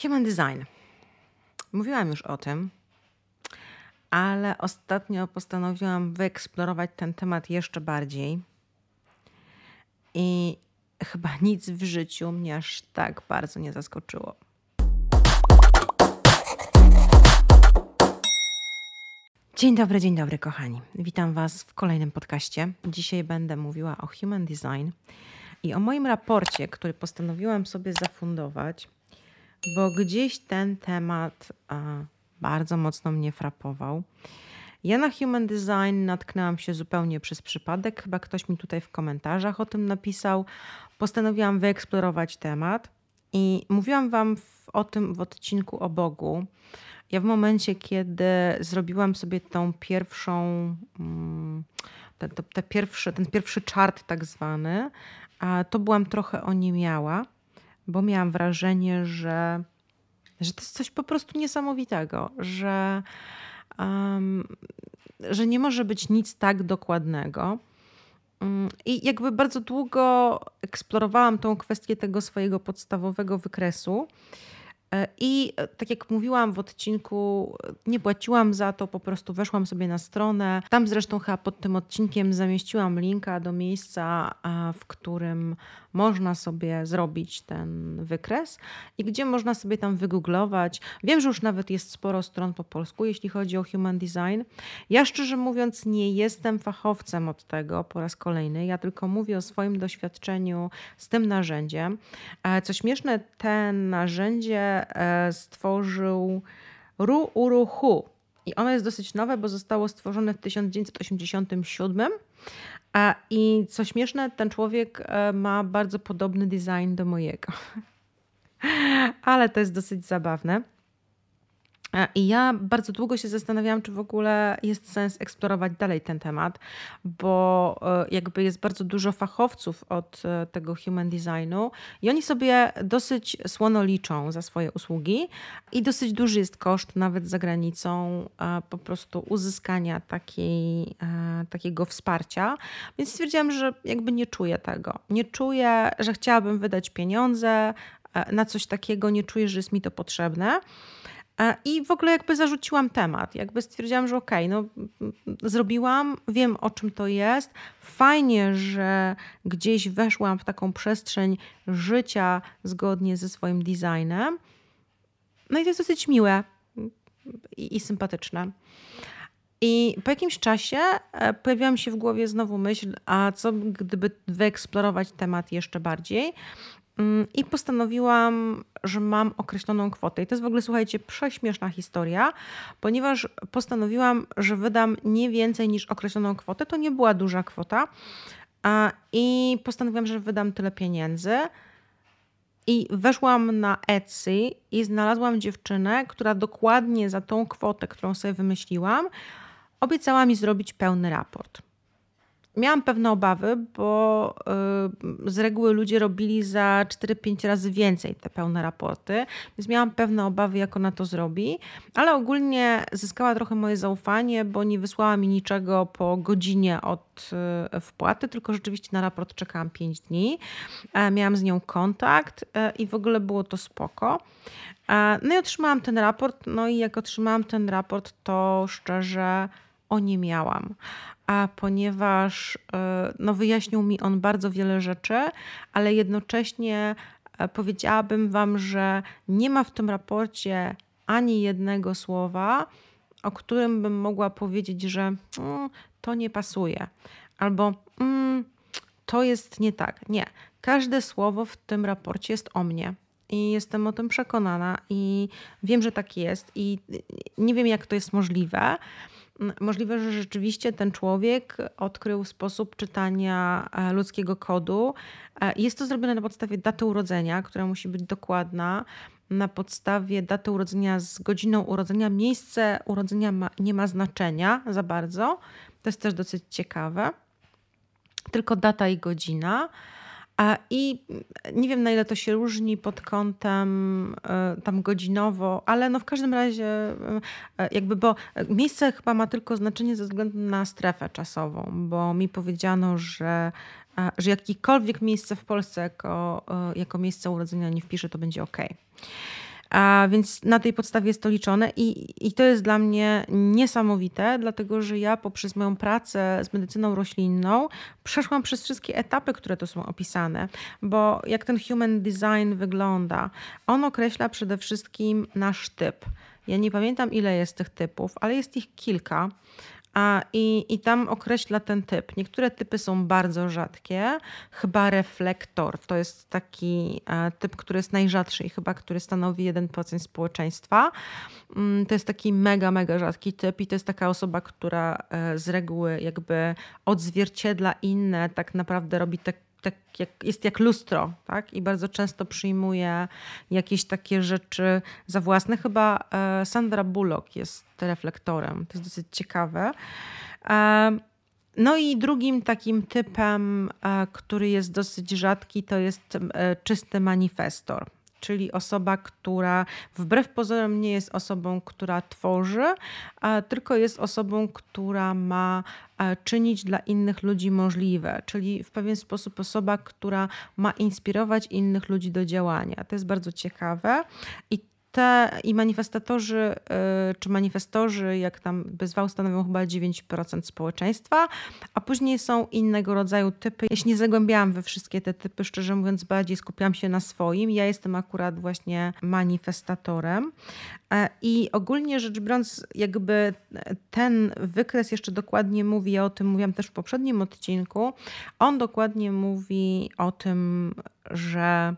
Human design. Mówiłam już o tym, ale ostatnio postanowiłam wyeksplorować ten temat jeszcze bardziej i chyba nic w życiu mnie aż tak bardzo nie zaskoczyło. Dzień dobry kochani. Witam Was w kolejnym podcaście. Dzisiaj będę mówiła o Human Design i o moim raporcie, który postanowiłam sobie zafundować, bo gdzieś ten temat bardzo mocno mnie frapował. Ja na Human Design natknęłam się zupełnie przez przypadek. Chyba ktoś mi tutaj w komentarzach o tym napisał. Postanowiłam wyeksplorować temat i mówiłam Wam o tym w odcinku o Bogu. Ja w momencie, kiedy zrobiłam sobie tą pierwszą, ten pierwszy chart tak zwany, to byłam trochę oniemiała, bo miałam wrażenie, że to jest coś po prostu niesamowitego, że nie może być nic tak dokładnego. I jakby bardzo długo eksplorowałam tą kwestię tego swojego podstawowego wykresu. I tak jak mówiłam w odcinku, nie płaciłam za to, po prostu weszłam sobie na stronę. Tam zresztą chyba pod tym odcinkiem zamieściłam linka do miejsca, w którym można sobie zrobić ten wykres i gdzie można sobie tam wygooglować. Wiem, że już nawet jest sporo stron po polsku, jeśli chodzi o Human Design. Ja szczerze mówiąc nie jestem fachowcem od tego po raz kolejny. Ja tylko mówię o swoim doświadczeniu z tym narzędziem. Co śmieszne, to narzędzie stworzył Ru Uru Hu. I ono jest dosyć nowe, bo zostało stworzone w 1987. I co śmieszne, ten człowiek ma bardzo podobny design do mojego. Ale to jest dosyć zabawne. I ja bardzo długo się zastanawiałam, czy w ogóle jest sens eksplorować dalej ten temat, bo jakby jest bardzo dużo fachowców od tego human designu i oni sobie dosyć słono liczą za swoje usługi i dosyć duży jest koszt nawet za granicą po prostu uzyskania takiego wsparcia, więc stwierdziłam, że jakby nie czuję tego. Nie czuję, że chciałabym wydać pieniądze na coś takiego, nie czuję, że jest mi to potrzebne. I w ogóle jakby zarzuciłam temat. Jakby stwierdziłam, że okej, no zrobiłam, wiem o czym to jest. Fajnie, że gdzieś weszłam w taką przestrzeń życia zgodnie ze swoim designem. No i to jest dosyć miłe i sympatyczne. I po jakimś czasie pojawiła mi się w głowie znowu myśl, a co gdyby wyeksplorować temat jeszcze bardziej. I postanowiłam, że mam określoną kwotę. I to jest w ogóle, słuchajcie, prześmieszna historia, ponieważ postanowiłam, że wydam nie więcej niż określoną kwotę. To nie była duża kwota. I postanowiłam, że wydam tyle pieniędzy. I weszłam na Etsy i znalazłam dziewczynę, która dokładnie za tą kwotę, którą sobie wymyśliłam, obiecała mi zrobić pełny raport. Miałam pewne obawy, bo z reguły ludzie robili za 4-5 razy więcej te pełne raporty, więc miałam pewne obawy, jak ona to zrobi, ale ogólnie zyskała trochę moje zaufanie, bo nie wysłała mi niczego po godzinie od wpłaty, tylko rzeczywiście na raport czekałam 5 dni. Miałam z nią kontakt i w ogóle było to spoko. No i otrzymałam ten raport, no i jak otrzymałam ten raport, to szczerze oniemiałam. Ponieważ wyjaśnił mi on bardzo wiele rzeczy, ale jednocześnie powiedziałabym Wam, że nie ma w tym raporcie ani jednego słowa, o którym bym mogła powiedzieć, że to nie pasuje, albo to jest nie tak. Nie. Każde słowo w tym raporcie jest o mnie. I jestem o tym przekonana i wiem, że tak jest i nie wiem, jak to jest możliwe. Możliwe, że rzeczywiście ten człowiek odkrył sposób czytania ludzkiego kodu. Jest to zrobione na podstawie daty urodzenia, która musi być dokładna, na podstawie daty urodzenia z godziną urodzenia. Miejsce urodzenia nie ma znaczenia za bardzo. To jest też dosyć ciekawe. Tylko data i godzina. I nie wiem, na ile to się różni pod kątem tam godzinowo, ale no w każdym razie jakby, bo miejsce chyba ma tylko znaczenie ze względu na strefę czasową, bo mi powiedziano, że jakiekolwiek miejsce w Polsce jako miejsce urodzenia nie wpiszę, to będzie ok. A więc na tej podstawie jest to liczone i to jest dla mnie niesamowite, dlatego że ja poprzez moją pracę z medycyną roślinną przeszłam przez wszystkie etapy, które tu są opisane, bo jak ten human design wygląda, on określa przede wszystkim nasz typ. Ja nie pamiętam, ile jest tych typów, ale jest ich kilka. I tam określa ten typ. Niektóre typy są bardzo rzadkie. Chyba reflektor to jest taki typ, który jest najrzadszy i chyba który stanowi 1% społeczeństwa. To jest taki mega, mega rzadki typ i to jest taka osoba, która z reguły jakby odzwierciedla inne, tak naprawdę robi jest jak lustro, tak? I bardzo często przyjmuje jakieś takie rzeczy za własne. Chyba Sandra Bullock jest reflektorem. To jest dosyć ciekawe. No i drugim takim typem, który jest dosyć rzadki, to jest czysty manifestor. Czyli osoba, która wbrew pozorom nie jest osobą, która tworzy, tylko jest osobą, która ma czynić dla innych ludzi możliwe. Czyli w pewien sposób osoba, która ma inspirować innych ludzi do działania. To jest bardzo ciekawe. I manifestatorzy, czy manifestorzy, jak tam by zwał, stanowią chyba 9% społeczeństwa, a później są innego rodzaju typy. Ja się nie zagłębiałam we wszystkie te typy, szczerze mówiąc, bardziej skupiam się na swoim. Ja jestem akurat właśnie manifestatorem. I ogólnie rzecz biorąc, jakby ten wykres jeszcze dokładnie mówi, ja o tym mówiłam też w poprzednim odcinku, on dokładnie mówi o tym, że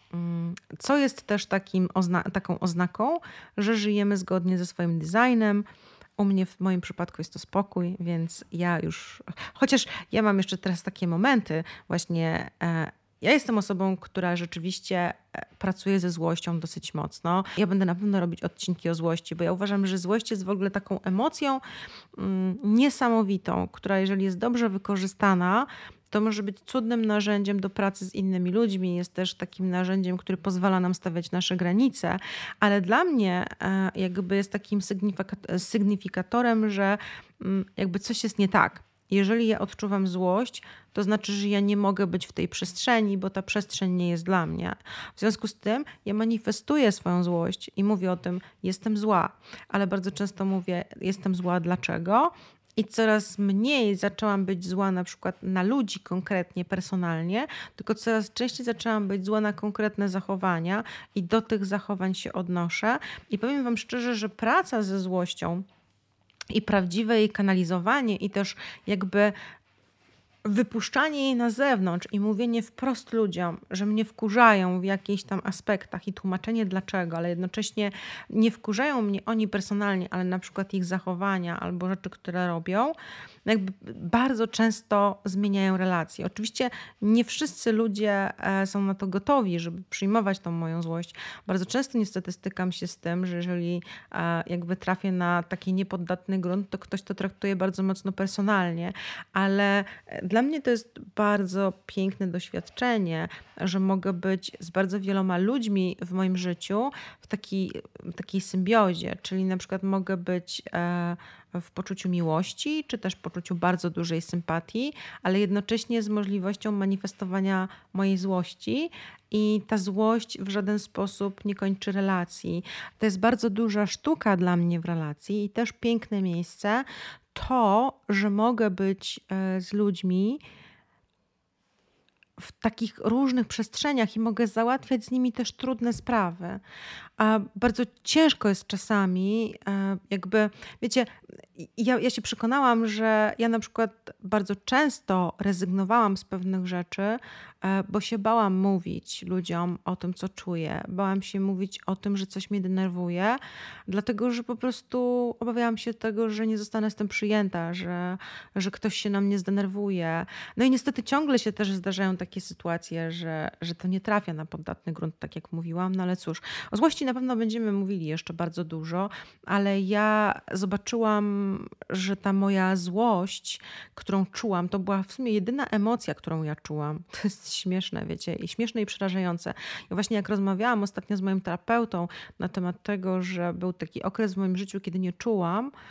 co jest też taką oznaką, że żyjemy zgodnie ze swoim designem. U mnie w moim przypadku jest to spokój, więc ja już, chociaż ja mam jeszcze teraz takie momenty właśnie, ja jestem osobą, która rzeczywiście pracuje ze złością dosyć mocno. Ja będę na pewno robić odcinki o złości, bo ja uważam, że złość jest w ogóle taką emocją niesamowitą, która jeżeli jest dobrze wykorzystana, to może być cudnym narzędziem do pracy z innymi ludźmi. Jest też takim narzędziem, który pozwala nam stawiać nasze granice, ale dla mnie jakby jest takim sygnifikatorem, że jakby coś jest nie tak. Jeżeli ja odczuwam złość, to znaczy, że ja nie mogę być w tej przestrzeni, bo ta przestrzeń nie jest dla mnie. W związku z tym ja manifestuję swoją złość i mówię o tym, jestem zła, ale bardzo często mówię, jestem zła dlaczego? I coraz mniej zaczęłam być zła na przykład na ludzi konkretnie, personalnie, tylko coraz częściej zaczęłam być zła na konkretne zachowania i do tych zachowań się odnoszę. I powiem wam szczerze, że praca ze złością i prawdziwe jej kanalizowanie i też jakby wypuszczanie jej na zewnątrz i mówienie wprost ludziom, że mnie wkurzają w jakichś tam aspektach i tłumaczenie dlaczego, ale jednocześnie nie wkurzają mnie oni personalnie, ale na przykład ich zachowania albo rzeczy, które robią, jakby bardzo często zmieniają relacje. Oczywiście nie wszyscy ludzie są na to gotowi, żeby przyjmować tą moją złość. Bardzo często niestety stykam się z tym, że jeżeli jakby trafię na taki niepoddatny grunt, to ktoś to traktuje bardzo mocno personalnie, ale dla mnie to jest bardzo piękne doświadczenie, że mogę być z bardzo wieloma ludźmi w moim życiu w takiej symbiozie, czyli na przykład mogę być w poczuciu miłości, czy też poczuciu bardzo dużej sympatii, ale jednocześnie z możliwością manifestowania mojej złości i ta złość w żaden sposób nie kończy relacji. To jest bardzo duża sztuka dla mnie w relacji i też piękne miejsce to, że mogę być z ludźmi w takich różnych przestrzeniach i mogę załatwiać z nimi też trudne sprawy. A bardzo ciężko jest czasami, jakby, wiecie, ja się przekonałam, że ja na przykład bardzo często rezygnowałam z pewnych rzeczy, bo się bałam mówić ludziom o tym, co czuję. Bałam się mówić o tym, że coś mnie denerwuje, dlatego że po prostu obawiałam się tego, że nie zostanę z tym przyjęta, że ktoś się na mnie zdenerwuje. No i niestety ciągle się też zdarzają takie sytuacje, że to nie trafia na poddatny grunt, tak jak mówiłam, no ale cóż, o złości na pewno będziemy mówili jeszcze bardzo dużo, ale ja zobaczyłam, że ta moja złość, którą czułam, to była w sumie jedyna emocja, którą ja czułam. To jest śmieszne, wiecie, i śmieszne i przerażające. Ja właśnie jak rozmawiałam ostatnio z moim terapeutą na temat tego, że był taki okres w moim życiu, kiedy nie czułam,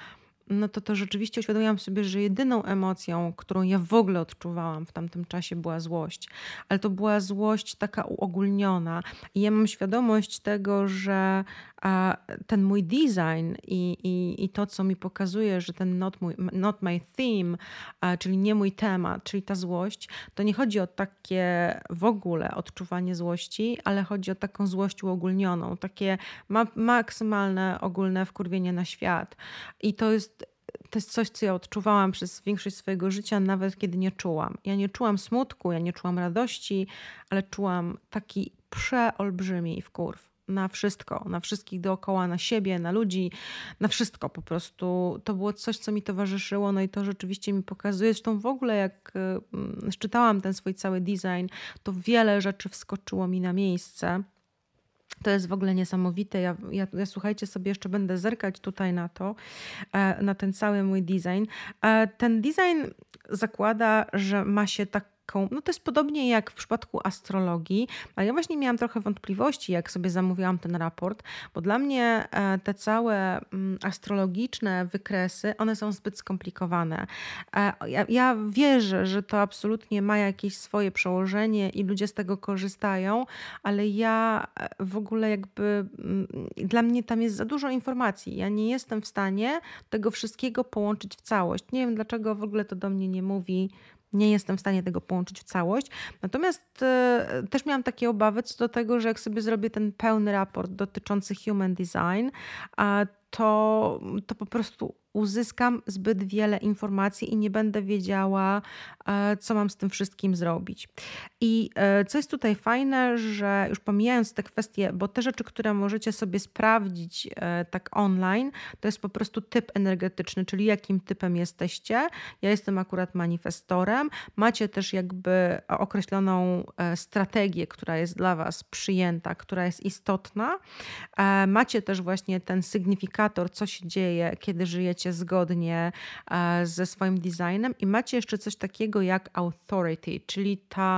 no to rzeczywiście uświadomiłam sobie, że jedyną emocją, którą ja w ogóle odczuwałam w tamtym czasie, była złość. Ale to była złość taka uogólniona. I ja mam świadomość tego, że ten mój design i to, co mi pokazuje, że ten not my theme, czyli nie mój temat, czyli ta złość, to nie chodzi o takie w ogóle odczuwanie złości, ale chodzi o taką złość uogólnioną, takie maksymalne ogólne wkurwienie na świat. I to jest coś, co ja odczuwałam przez większość swojego życia, nawet kiedy nie czułam. Ja nie czułam smutku, ja nie czułam radości, ale czułam taki przeolbrzymi wkurw na wszystko, na wszystkich dookoła, na siebie, na ludzi, na wszystko po prostu. To było coś, co mi towarzyszyło, no i to rzeczywiście mi pokazuje. Zresztą w ogóle jak czytałam ten swój cały design, to wiele rzeczy wskoczyło mi na miejsce. To jest w ogóle niesamowite. Ja słuchajcie, sobie jeszcze będę zerkać tutaj na to, na ten cały mój design. Ten design zakłada, że ma się taką, no to jest podobnie jak w przypadku astrologii, ale ja właśnie miałam trochę wątpliwości, jak sobie zamówiłam ten raport, bo dla mnie te całe astrologiczne wykresy, one są zbyt skomplikowane. Ja wierzę, że to absolutnie ma jakieś swoje przełożenie i ludzie z tego korzystają, ale ja w ogóle dla mnie tam jest za dużo informacji. Ja nie jestem w stanie tego wszystkiego połączyć w całość. Nie wiem, dlaczego w ogóle to do mnie nie mówi. Nie jestem w stanie tego połączyć w całość. Natomiast też miałam takie obawy co do tego, że jak sobie zrobię ten pełny raport dotyczący human design, to po prostu uzyskam zbyt wiele informacji i nie będę wiedziała, co mam z tym wszystkim zrobić. I co jest tutaj fajne, że już pomijając te kwestie, bo te rzeczy, które możecie sobie sprawdzić tak online, to jest po prostu typ energetyczny, czyli jakim typem jesteście. Ja jestem akurat manifestorem. Macie też jakby określoną strategię, która jest dla was przyjęta, która jest istotna. Macie też właśnie ten sygnifikator, co się dzieje, kiedy żyjecie zgodnie ze swoim designem i macie jeszcze coś takiego jak authority, czyli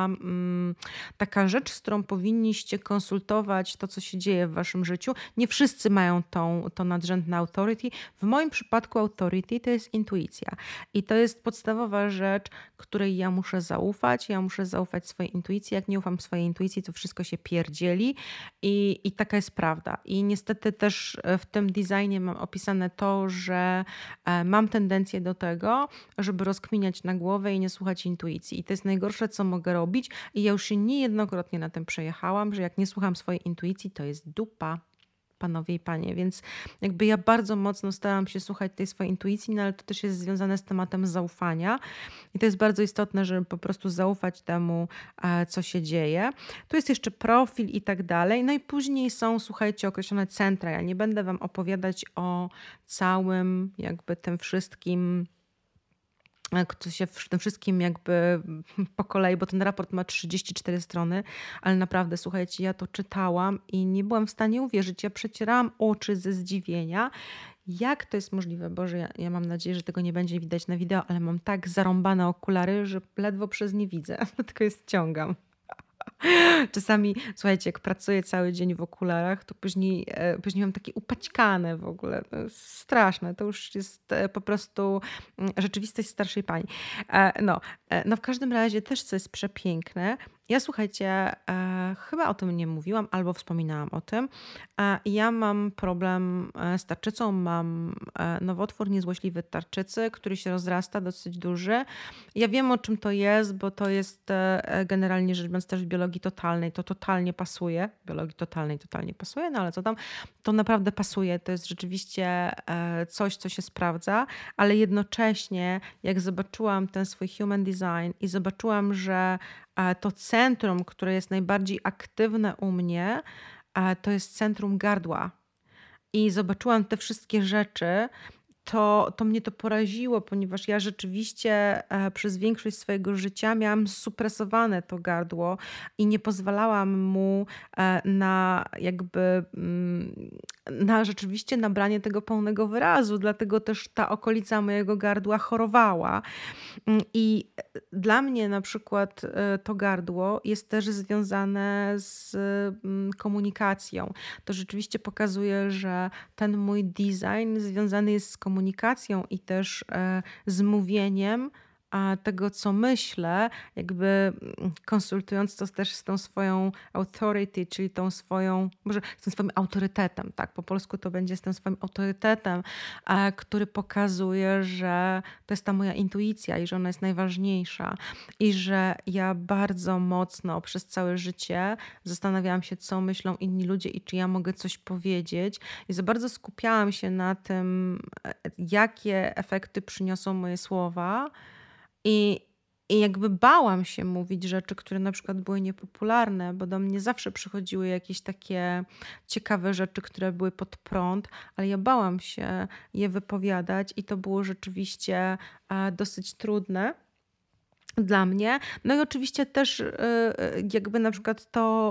taka rzecz, z którą powinniście konsultować to, co się dzieje w waszym życiu. Nie wszyscy mają to nadrzędne authority. W moim przypadku authority to jest intuicja i to jest podstawowa rzecz, której ja muszę zaufać. Ja muszę zaufać swojej intuicji. Jak nie ufam swojej intuicji, to wszystko się pierdzieli i taka jest prawda. I niestety też w tym designie mam opisane to, że mam tendencję do tego, żeby rozkminiać na głowę i nie słuchać intuicji. I to jest najgorsze, co mogę robić. I ja już się niejednokrotnie na tym przejechałam, że jak nie słucham swojej intuicji, to jest dupa. Panowie i panie, więc jakby ja bardzo mocno starałam się słuchać tej swojej intuicji, no ale to też jest związane z tematem zaufania i to jest bardzo istotne, żeby po prostu zaufać temu, co się dzieje. Tu jest jeszcze profil i tak dalej, no i później są, słuchajcie, określone centra. Ja nie będę wam opowiadać o całym jakby tym wszystkim, w tym wszystkim jakby po kolei, bo ten raport ma 34 strony, ale naprawdę, słuchajcie, ja to czytałam i nie byłam w stanie uwierzyć. Ja przecierałam oczy ze zdziwienia. Jak to jest możliwe? Boże, ja mam nadzieję, że tego nie będzie widać na wideo, ale mam tak zarąbane okulary, że ledwo przez nie widzę, tylko je ściągam. Czasami, słuchajcie, jak pracuję cały dzień w okularach, to później mam takie upaćkane w ogóle. To jest straszne. To już jest po prostu rzeczywistość starszej pani. No w każdym razie też co jest przepiękne. Ja słuchajcie, chyba o tym nie mówiłam albo wspominałam o tym. Ja mam problem z tarczycą, mam nowotwór niezłośliwy tarczycy, który się rozrasta, dosyć duży. Ja wiem, o czym to jest, bo to jest generalnie rzecz biorąc też w biologii totalnej. To totalnie pasuje. Biologii totalnej totalnie pasuje, no ale co tam? To naprawdę pasuje. To jest rzeczywiście coś, co się sprawdza, ale jednocześnie jak zobaczyłam ten swój human design i zobaczyłam, że to centrum, które jest najbardziej aktywne u mnie, to jest centrum gardła. I zobaczyłam te wszystkie rzeczy, to mnie to poraziło, ponieważ ja rzeczywiście przez większość swojego życia miałam supresowane to gardło i nie pozwalałam mu na jakby na rzeczywiście nabranie tego pełnego wyrazu, dlatego też ta okolica mojego gardła chorowała. I dla mnie na przykład to gardło jest też związane z komunikacją. To rzeczywiście pokazuje, że ten mój design związany jest z komunikacją i też z mówieniem tego, co myślę, jakby konsultując to też z tą swoją authority, czyli tą swoją, może z tym swoim autorytetem, tak, po polsku to będzie z tym swoim autorytetem, który pokazuje, że to jest ta moja intuicja i że ona jest najważniejsza i że ja bardzo mocno przez całe życie zastanawiałam się, co myślą inni ludzie i czy ja mogę coś powiedzieć i za bardzo skupiałam się na tym, jakie efekty przyniosą moje słowa i, i jakby bałam się mówić rzeczy, które na przykład były niepopularne, bo do mnie zawsze przychodziły jakieś takie ciekawe rzeczy, które były pod prąd, ale ja bałam się je wypowiadać i to było rzeczywiście dosyć trudne dla mnie. No i oczywiście też jakby na przykład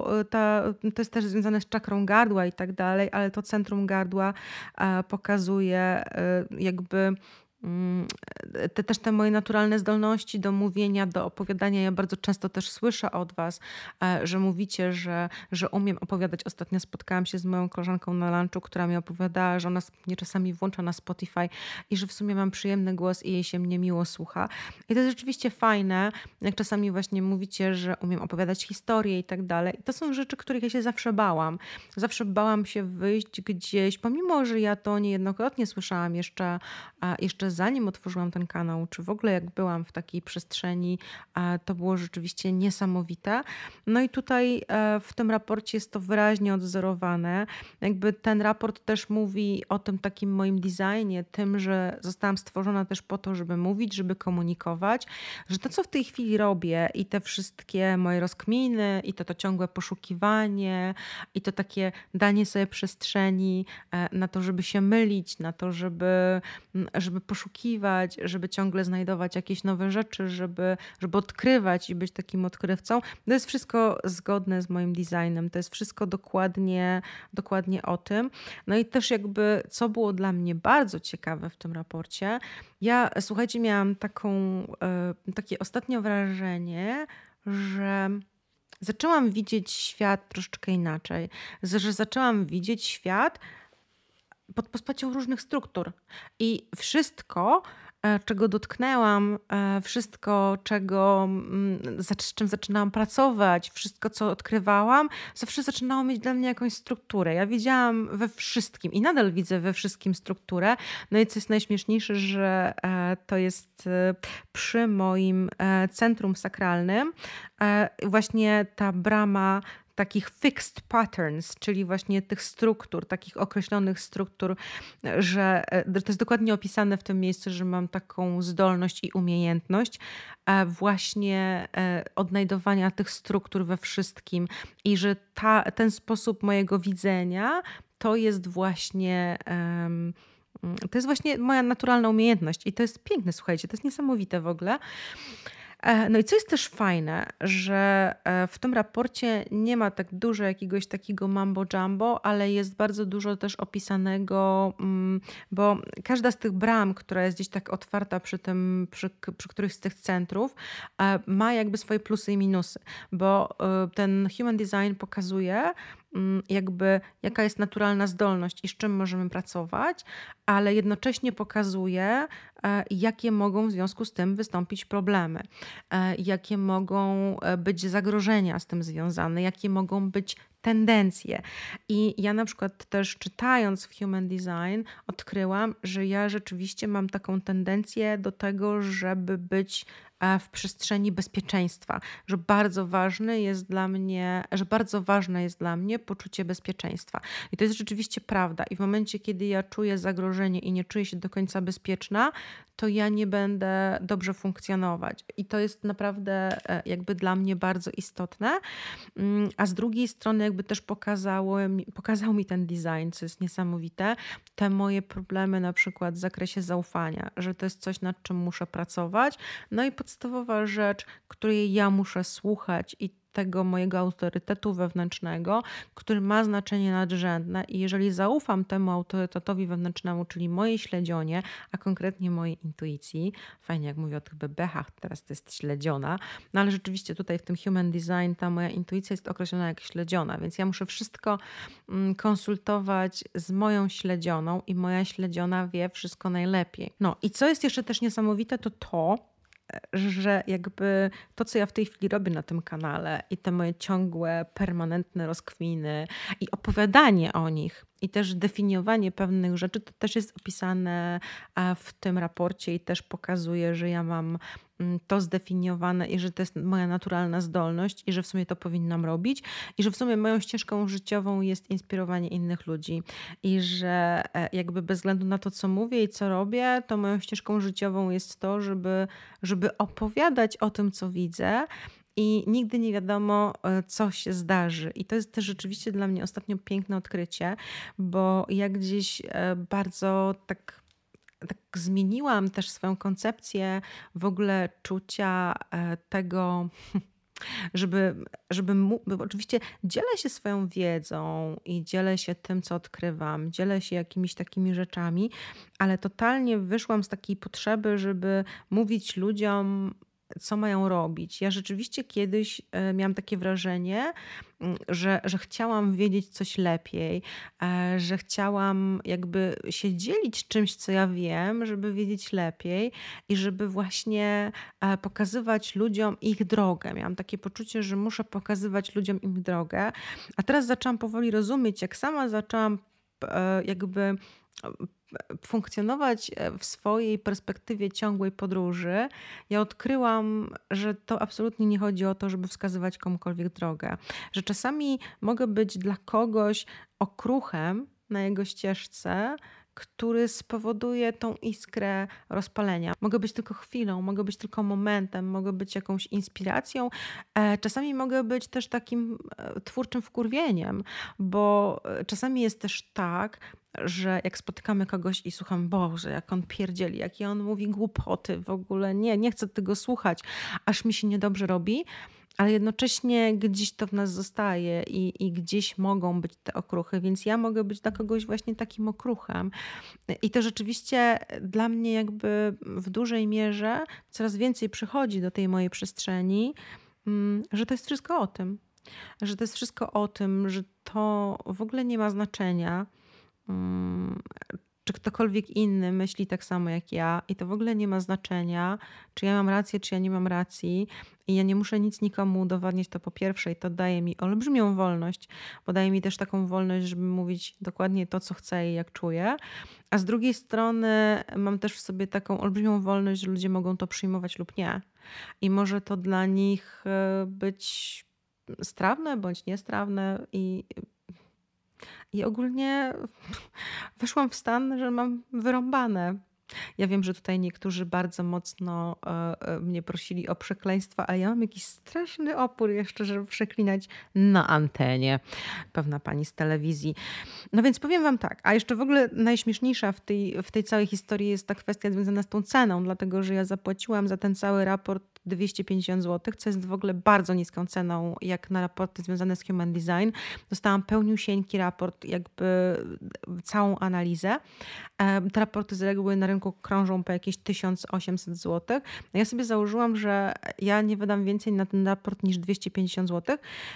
to jest też związane z czakrą gardła i tak dalej, ale to centrum gardła pokazuje jakby mm, też te moje naturalne zdolności do mówienia, do opowiadania. Ja bardzo często też słyszę od was, że mówicie, że umiem opowiadać. Ostatnio spotkałam się z moją koleżanką na lunchu, która mi opowiadała, że ona mnie czasami włącza na Spotify i że w sumie mam przyjemny głos i jej się mnie miło słucha. I to jest rzeczywiście fajne, jak czasami właśnie mówicie, że umiem opowiadać historię i tak dalej. I to są rzeczy, których ja się zawsze bałam. Zawsze bałam się wyjść gdzieś, pomimo, że ja to niejednokrotnie słyszałam jeszcze zanim otworzyłam ten kanał, czy w ogóle jak byłam w takiej przestrzeni, to było rzeczywiście niesamowite. No i tutaj w tym raporcie jest to wyraźnie odwzorowane. Jakby ten raport też mówi o tym takim moim designie, tym, że zostałam stworzona też po to, żeby mówić, żeby komunikować, że to, co w tej chwili robię i te wszystkie moje rozkminy i to ciągłe poszukiwanie i to takie danie sobie przestrzeni na to, żeby się mylić, na to, żeby poszukiwać, żeby ciągle znajdować jakieś nowe rzeczy, żeby odkrywać i być takim odkrywcą. To jest wszystko zgodne z moim designem. To jest wszystko dokładnie o tym. No i też jakby, co było dla mnie bardzo ciekawe w tym raporcie, ja, słuchajcie, miałam takie ostatnio wrażenie, że zaczęłam widzieć świat troszeczkę inaczej. Że zaczęłam widzieć świat pod postacią różnych struktur. I wszystko, czego dotknęłam, wszystko, z czym zaczynałam pracować, wszystko, co odkrywałam, zawsze zaczynało mieć dla mnie jakąś strukturę. Ja widziałam we wszystkim i nadal widzę we wszystkim strukturę. No i co jest najśmieszniejsze, że to jest przy moim centrum sakralnym właśnie ta brama takich fixed patterns, czyli właśnie tych struktur, takich określonych struktur, że to jest dokładnie opisane w tym miejscu, że mam taką zdolność i umiejętność właśnie odnajdowania tych struktur we wszystkim i że ten sposób mojego widzenia to jest właśnie moja naturalna umiejętność i to jest piękne, słuchajcie, to jest niesamowite w ogóle. No i co jest też fajne, że w tym raporcie nie ma tak dużo jakiegoś takiego mambo jumbo, ale jest bardzo dużo też opisanego, bo każda z tych bram, która jest gdzieś tak otwarta przy którymś z tych centrów, ma jakby swoje plusy i minusy, bo ten human design pokazuje jakby jaka jest naturalna zdolność i z czym możemy pracować, ale jednocześnie pokazuje, jakie mogą w związku z tym wystąpić problemy, jakie mogą być zagrożenia z tym związane, jakie mogą być tendencje. I ja na przykład też czytając w Human Design odkryłam, że ja rzeczywiście mam taką tendencję do tego, żeby być w przestrzeni bezpieczeństwa, że bardzo ważne jest dla mnie poczucie bezpieczeństwa. I to jest rzeczywiście prawda. I w momencie, kiedy ja czuję zagrożenie i nie czuję się do końca bezpieczna, to ja nie będę dobrze funkcjonować. I to jest naprawdę jakby dla mnie bardzo istotne. A z drugiej strony jakby też pokazał mi ten design, co jest niesamowite, te moje problemy na przykład w zakresie zaufania, że to jest coś, nad czym muszę pracować. No i podstawowa rzecz, której ja muszę słuchać i tego mojego autorytetu wewnętrznego, który ma znaczenie nadrzędne i jeżeli zaufam temu autorytetowi wewnętrznemu, czyli mojej śledzionie, a konkretnie mojej intuicji, fajnie jak mówię o tych bebechach, teraz to jest śledziona, no ale rzeczywiście tutaj w tym human design ta moja intuicja jest określona jak śledziona, więc ja muszę wszystko konsultować z moją śledzioną i moja śledziona wie wszystko najlepiej. No i co jest jeszcze też niesamowite, to, że jakby to, co ja w tej chwili robię na tym kanale i te moje ciągłe, permanentne rozkwiny i opowiadanie o nich i też definiowanie pewnych rzeczy, to też jest opisane w tym raporcie i też pokazuje, że ja mam to zdefiniowane i że to jest moja naturalna zdolność i że w sumie to powinnam robić i że w sumie moją ścieżką życiową jest inspirowanie innych ludzi i że jakby bez względu na to, co mówię i co robię, to moją ścieżką życiową jest to, żeby opowiadać o tym, co widzę i nigdy nie wiadomo, co się zdarzy. I to jest też rzeczywiście dla mnie ostatnio piękne odkrycie, bo ja gdzieś bardzo tak zmieniłam też swoją koncepcję w ogóle czucia tego, bo oczywiście dzielę się swoją wiedzą i dzielę się tym, co odkrywam, dzielę się jakimiś takimi rzeczami, ale totalnie wyszłam z takiej potrzeby, żeby mówić ludziom, co mają robić. Ja rzeczywiście kiedyś miałam takie wrażenie, że chciałam wiedzieć coś lepiej, że chciałam jakby się dzielić czymś, co ja wiem, żeby wiedzieć lepiej i żeby właśnie pokazywać ludziom ich drogę. Miałam takie poczucie, że muszę pokazywać ludziom ich drogę, a teraz zaczęłam powoli rozumieć, jak sama zaczęłam jakby funkcjonować w swojej perspektywie ciągłej podróży, ja odkryłam, że to absolutnie nie chodzi o to, żeby wskazywać komukolwiek drogę. Że czasami mogę być dla kogoś okruchem na jego ścieżce, który spowoduje tą iskrę rozpalenia. Mogę być tylko chwilą, mogę być tylko momentem, mogę być jakąś inspiracją. Czasami mogę być też takim twórczym wkurwieniem, bo czasami jest też tak, że jak spotykamy kogoś i słucham, Boże, jak on pierdzieli, jakie on mówi głupoty, w ogóle nie chcę tego słuchać, aż mi się niedobrze robi, ale jednocześnie gdzieś to w nas zostaje i gdzieś mogą być te okruchy, więc ja mogę być dla kogoś właśnie takim okruchem. I to rzeczywiście dla mnie jakby w dużej mierze coraz więcej przychodzi do tej mojej przestrzeni, że to jest wszystko o tym. Że to jest wszystko o tym, że to w ogóle nie ma znaczenia, czy ktokolwiek inny myśli tak samo jak ja i to w ogóle nie ma znaczenia, czy ja mam rację, czy ja nie mam racji i ja nie muszę nic nikomu udowadniać, to po pierwsze i to daje mi olbrzymią wolność, bo daje mi też taką wolność, żeby mówić dokładnie to, co chcę i jak czuję, a z drugiej strony mam też w sobie taką olbrzymią wolność, że ludzie mogą to przyjmować lub nie i może to dla nich być strawne bądź niestrawne i ogólnie weszłam w stan, że mam wyrąbane. Ja wiem, że tutaj niektórzy bardzo mocno mnie prosili o przekleństwa, ale ja mam jakiś straszny opór jeszcze, żeby przeklinać na antenie. Pewna pani z telewizji. No więc powiem wam tak, a jeszcze w ogóle najśmieszniejsza w tej całej historii jest ta kwestia związana z tą ceną, dlatego że ja zapłaciłam za ten cały raport 250 zł, co jest w ogóle bardzo niską ceną jak na raporty związane z Human Design. Dostałam pełniusieńki raport, jakby całą analizę. Te raporty z reguły na rynku krążą po jakieś 1800 zł. No ja sobie założyłam, że ja nie wydam więcej na ten raport niż 250 zł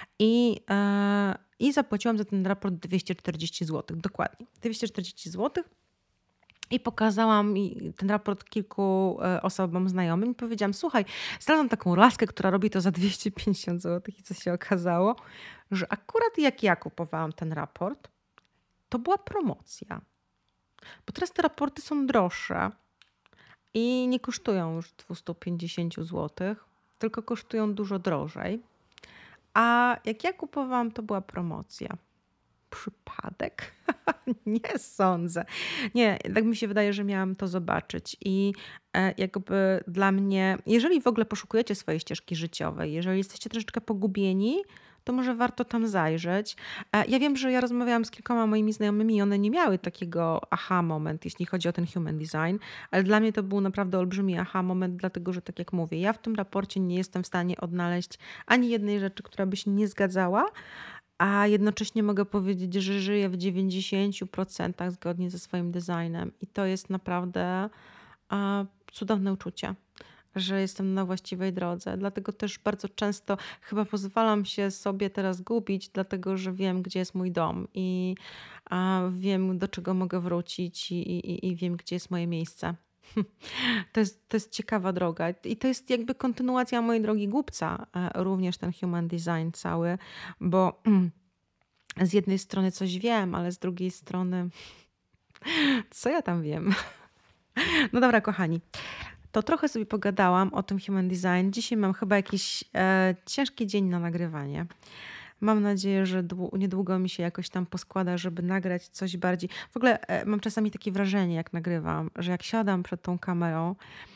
i zapłaciłam za ten raport 240 zł. Dokładnie. 240 zł. I pokazałam ten raport kilku osobom znajomym i powiedziałam, słuchaj, znalazłam taką laskę, która robi to za 250 zł i co się okazało, że akurat jak ja kupowałam ten raport, to była promocja. Bo teraz te raporty są droższe i nie kosztują już 250 zł, tylko kosztują dużo drożej. A jak ja kupowałam, to była promocja. Przypadek? Nie sądzę. Nie, tak mi się wydaje, że miałam to zobaczyć i jakby dla mnie, jeżeli w ogóle poszukujecie swojej ścieżki życiowej, jeżeli jesteście troszeczkę pogubieni, to może warto tam zajrzeć. Ja wiem, że ja rozmawiałam z kilkoma moimi znajomymi i one nie miały takiego aha moment, jeśli chodzi o ten human design, ale dla mnie to był naprawdę olbrzymi aha moment, dlatego że tak jak mówię, ja w tym raporcie nie jestem w stanie odnaleźć ani jednej rzeczy, która by się nie zgadzała, a jednocześnie mogę powiedzieć, że żyję w 90% zgodnie ze swoim designem i to jest naprawdę cudowne uczucie, że jestem na właściwej drodze. Dlatego też bardzo często chyba pozwalam się sobie teraz gubić, dlatego że wiem, gdzie jest mój dom i wiem, do czego mogę wrócić i wiem, gdzie jest moje miejsce. To jest ciekawa droga i to jest jakby kontynuacja mojej drogi głupca, również ten human design cały, bo z jednej strony coś wiem, ale z drugiej strony co ja tam wiem? No dobra, kochani, to trochę sobie pogadałam o tym human design. Dzisiaj mam chyba jakiś ciężki dzień na nagrywanie. Mam nadzieję, że niedługo mi się jakoś tam poskłada, żeby nagrać coś bardziej. W ogóle mam czasami takie wrażenie, jak nagrywam, że jak siadam przed tą kamerą,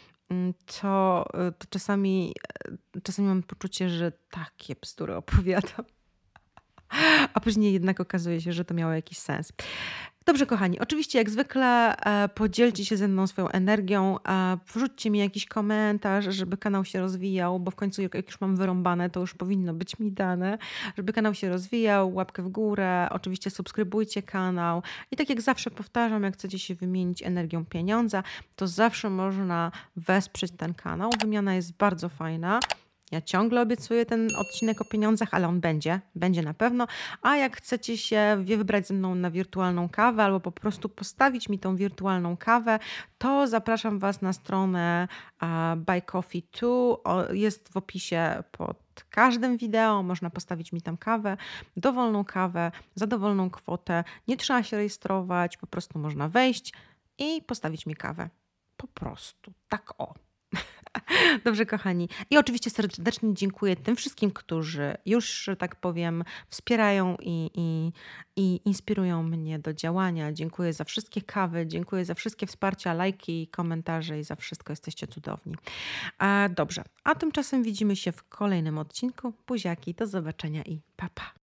to czasami mam poczucie, że takie bzdury opowiadam. A później jednak okazuje się, że to miało jakiś sens. Dobrze, kochani, oczywiście jak zwykle podzielcie się ze mną swoją energią, wrzućcie mi jakiś komentarz, żeby kanał się rozwijał, bo w końcu jak już mam wyrąbane, to już powinno być mi dane, żeby kanał się rozwijał, łapkę w górę, oczywiście subskrybujcie kanał i tak jak zawsze powtarzam, jak chcecie się wymienić energią pieniądza, to zawsze można wesprzeć ten kanał, wymiana jest bardzo fajna. Ja ciągle obiecuję ten odcinek o pieniądzach, ale on będzie na pewno. A jak chcecie się wybrać ze mną na wirtualną kawę albo po prostu postawić mi tą wirtualną kawę, to zapraszam Was na stronę Buy Coffee Too. Jest w opisie pod każdym wideo. Można postawić mi tam kawę, dowolną kawę, za dowolną kwotę. Nie trzeba się rejestrować, po prostu można wejść i postawić mi kawę. Po prostu. Tak o. Dobrze, kochani. I oczywiście serdecznie dziękuję tym wszystkim, którzy już, że tak powiem, wspierają i inspirują mnie do działania. Dziękuję za wszystkie kawy, dziękuję za wszystkie wsparcia, lajki, komentarze i za wszystko. Jesteście cudowni. Dobrze, a tymczasem widzimy się w kolejnym odcinku. Buziaki, do zobaczenia i pa, pa.